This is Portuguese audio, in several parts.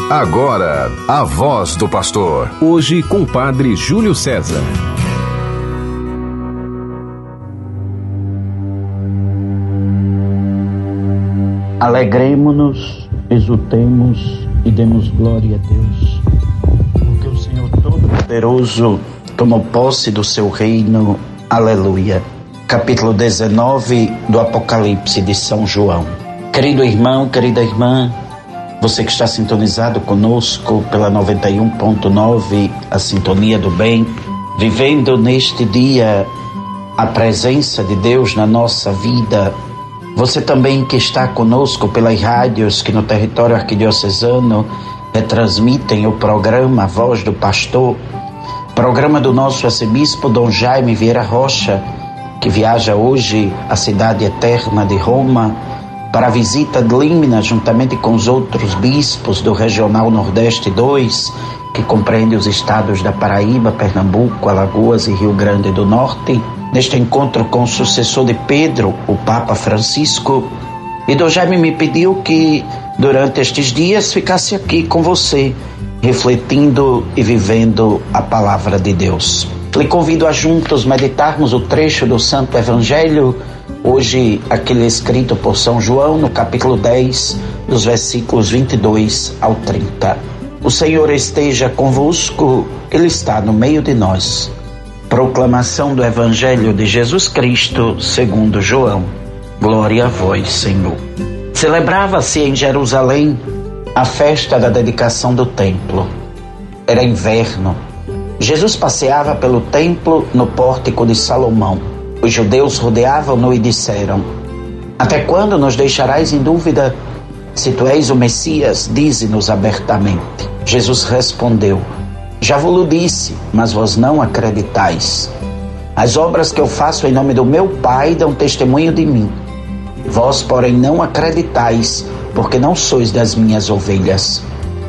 Agora, a voz do pastor. Hoje com o padre Júlio César. Alegremo-nos, exultemos e demos glória a Deus, porque o Senhor Todo-Poderoso tomou posse do seu reino. Aleluia. Capítulo 19 do Apocalipse de São João. Querido irmão, querida irmã, você que está sintonizado conosco pela 91.9, a Sintonia do Bem, vivendo neste dia a presença de Deus na nossa vida. Você também que está conosco pelas rádios que no território arquidiocesano retransmitem o programa A Voz do Pastor, programa do nosso arcebispo Dom Jaime Vieira Rocha, que viaja hoje à cidade eterna de Roma para a visita de Límina, juntamente com os outros bispos do Regional Nordeste 2, que compreende os estados da Paraíba, Pernambuco, Alagoas e Rio Grande do Norte, neste encontro com o sucessor de Pedro, o Papa Francisco. E Dom Jaime me pediu que durante estes dias ficasse aqui com você, refletindo e vivendo a palavra de Deus. Lhe convido a juntos meditarmos o trecho do Santo Evangelho, hoje aquele escrito por São João, no capítulo 10, dos versículos 22 ao 30. O Senhor esteja convosco, Ele está no meio de nós. Proclamação do Evangelho de Jesus Cristo, segundo João. Glória a vós, Senhor. Celebrava-se em Jerusalém a festa da dedicação do templo. Era inverno. Jesus passeava pelo templo no pórtico de Salomão. Os judeus rodeavam-no e disseram: até quando nos deixarás em dúvida? Se tu és o Messias, dize-nos abertamente. Jesus respondeu: já vos disse, mas vós não acreditais. As obras que eu faço em nome do meu Pai dão testemunho de mim. Vós, porém, não acreditais, porque não sois das minhas ovelhas.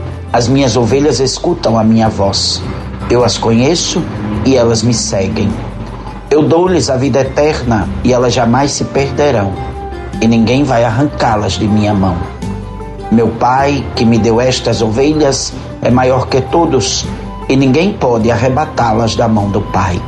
As minhas ovelhas escutam a minha voz. Eu as conheço e elas me seguem. Eu dou-lhes a vida eterna e elas jamais se perderão, e ninguém vai arrancá-las de minha mão. Meu Pai, que me deu estas ovelhas, é maior que todos, e ninguém pode arrebatá-las da mão do Pai.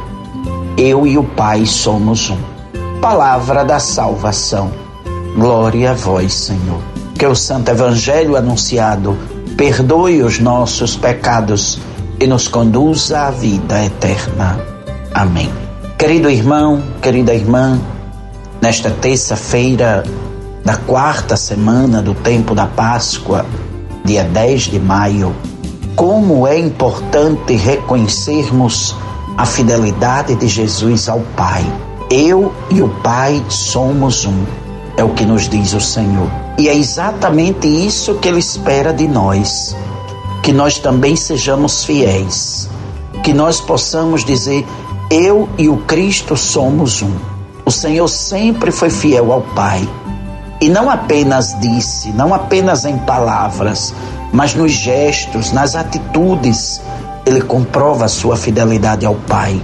Eu e o Pai somos um. Palavra da salvação. Glória a vós, Senhor. Que o Santo Evangelho anunciado perdoe os nossos pecados e nos conduza à vida eterna. Amém. Querido irmão, querida irmã, nesta terça-feira da quarta semana do tempo da Páscoa, dia 10 de maio, como é importante reconhecermos a fidelidade de Jesus ao Pai. Eu e o Pai somos um, é o que nos diz o Senhor. E é exatamente isso que Ele espera de nós, que nós também sejamos fiéis, que nós possamos dizer: eu e o Cristo somos um. O Senhor sempre foi fiel ao Pai. E não apenas disse, não apenas em palavras, mas nos gestos, nas atitudes, Ele comprova a sua fidelidade ao Pai.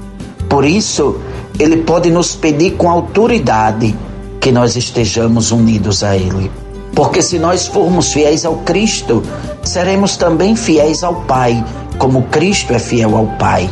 Por isso, Ele pode nos pedir com autoridade que nós estejamos unidos a Ele. Porque se nós formos fiéis ao Cristo, seremos também fiéis ao Pai, como Cristo é fiel ao Pai.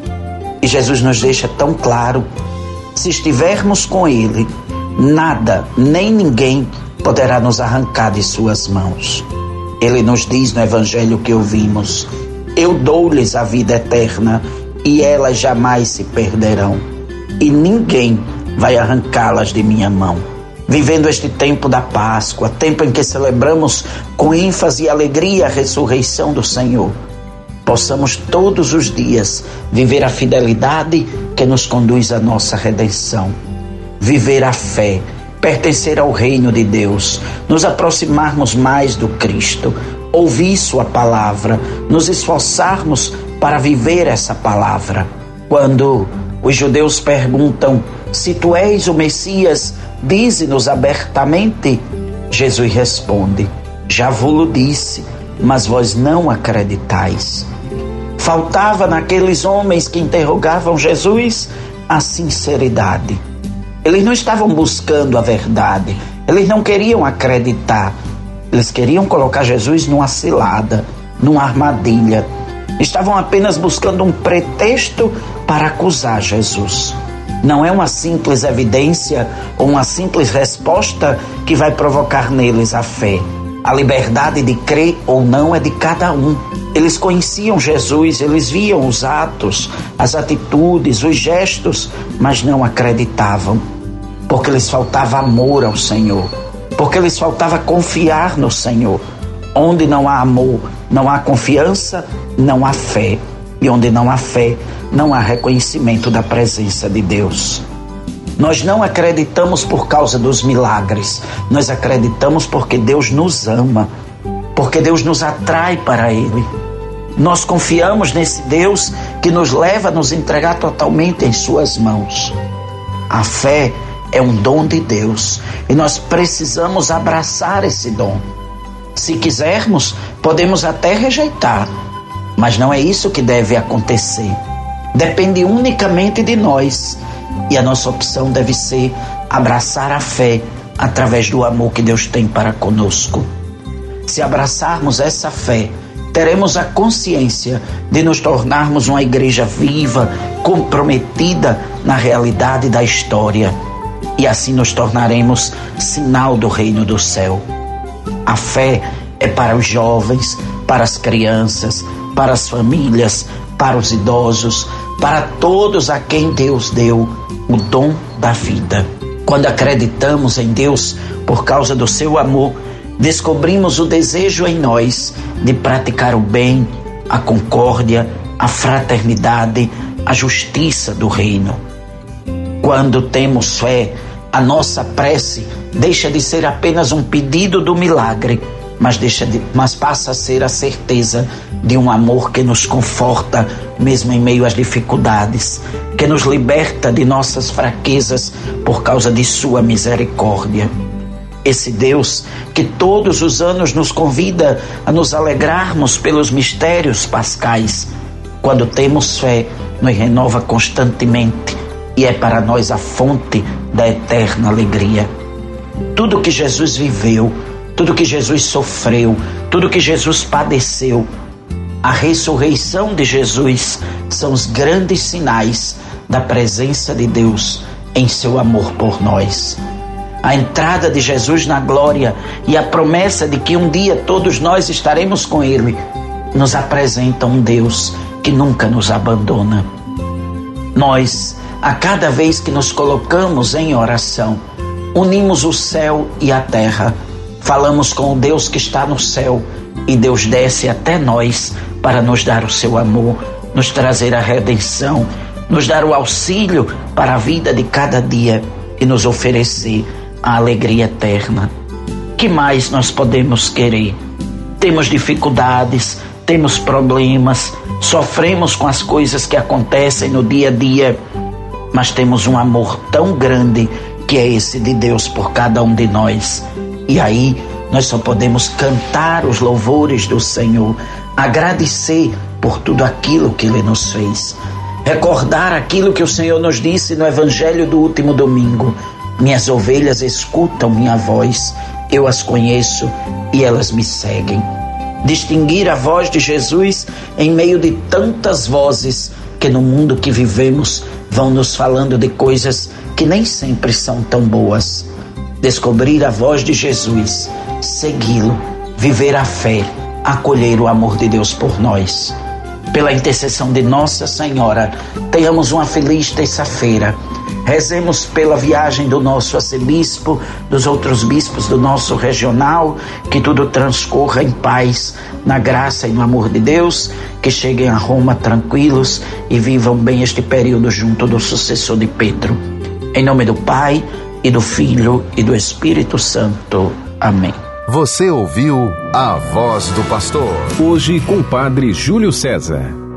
E Jesus nos deixa tão claro: se estivermos com Ele, nada, nem ninguém poderá nos arrancar de suas mãos. Ele nos diz no Evangelho que ouvimos: eu dou-lhes a vida eterna e elas jamais se perderão, e ninguém vai arrancá-las de minha mão. Vivendo este tempo da Páscoa, tempo em que celebramos com ênfase e alegria a ressurreição do Senhor, possamos todos os dias viver a fidelidade que nos conduz à nossa redenção, viver a fé, pertencer ao reino de Deus, nos aproximarmos mais do Cristo, ouvir sua palavra, nos esforçarmos para viver essa palavra. Quando os judeus perguntam: se tu és o Messias, dize-nos abertamente, Jesus responde: já vos disse, mas vós não acreditais. Faltava naqueles homens que interrogavam Jesus a sinceridade. Eles não estavam buscando a verdade, eles não queriam acreditar, Eles queriam colocar Jesus numa cilada, numa armadilha. Estavam apenas buscando um pretexto para acusar Jesus. Não é uma simples evidência ou uma simples resposta que vai provocar neles a fé. A liberdade de crer ou não é de cada um. Eles conheciam Jesus, eles viam os atos, as atitudes, os gestos, mas não acreditavam, porque lhes faltava amor ao Senhor, porque lhes faltava confiar no Senhor. Onde não há amor, não há confiança, não há fé. E onde não há fé, não há reconhecimento da presença de Deus. Nós não acreditamos por causa dos milagres. Nós acreditamos porque Deus nos ama, porque Deus nos atrai para Ele. Nós confiamos nesse Deus que nos leva a nos entregar totalmente em Suas mãos. A fé é um dom de Deus e nós precisamos abraçar esse dom. Se quisermos, podemos até rejeitar, mas não é isso que deve acontecer. Depende unicamente de nós. E a nossa opção deve ser abraçar a fé através do amor que Deus tem para conosco. Se abraçarmos essa fé, teremos a consciência de nos tornarmos uma igreja viva, comprometida na realidade da história. E assim nos tornaremos sinal do reino do céu. A fé é para os jovens, para as crianças, para as famílias, para os idosos, para todos a quem Deus deu o dom da vida. Quando acreditamos em Deus por causa do seu amor, descobrimos o desejo em nós de praticar o bem, a concórdia, a fraternidade, a justiça do reino. Quando temos fé, a nossa prece deixa de ser apenas um pedido do milagre, mas passa a ser a certeza de um amor que nos conforta mesmo em meio às dificuldades, que nos liberta de nossas fraquezas por causa de sua misericórdia. Esse Deus que todos os anos nos convida a nos alegrarmos pelos mistérios pascais, quando temos fé, nos renova constantemente e é para nós a fonte da eterna alegria. Tudo que Jesus viveu, tudo que Jesus sofreu, tudo que Jesus padeceu, a ressurreição de Jesus são os grandes sinais da presença de Deus em seu amor por nós. A entrada de Jesus na glória e a promessa de que um dia todos nós estaremos com Ele nos apresentam um Deus que nunca nos abandona. Nós, a cada vez que nos colocamos em oração, unimos o céu e a terra. Falamos com o Deus que está no céu e Deus desce até nós para nos dar o seu amor, nos trazer a redenção, nos dar o auxílio para a vida de cada dia e nos oferecer a alegria eterna. Que mais nós podemos querer? Temos dificuldades, temos problemas, sofremos com as coisas que acontecem no dia a dia, mas temos um amor tão grande que é esse de Deus por cada um de nós. E aí nós só podemos cantar os louvores do Senhor, agradecer por tudo aquilo que Ele nos fez, recordar aquilo que o Senhor nos disse no Evangelho do último domingo: minhas ovelhas escutam minha voz, eu as conheço e elas me seguem. Distinguir a voz de Jesus em meio de tantas vozes que no mundo que vivemos vão nos falando de coisas que nem sempre são tão boas. Descobrir a voz de Jesus, segui-lo, viver a fé, acolher o amor de Deus por nós. Pela intercessão de Nossa Senhora, tenhamos uma feliz terça-feira. Rezemos pela viagem do nosso arcebispo, dos outros bispos do nosso regional, que tudo transcorra em paz, na graça e no amor de Deus, que cheguem a Roma tranquilos e vivam bem este período junto do sucessor de Pedro. Em nome do Pai, e do Filho e do Espírito Santo. Amém. Você ouviu A Voz do Pastor. Hoje com o Padre Júlio César.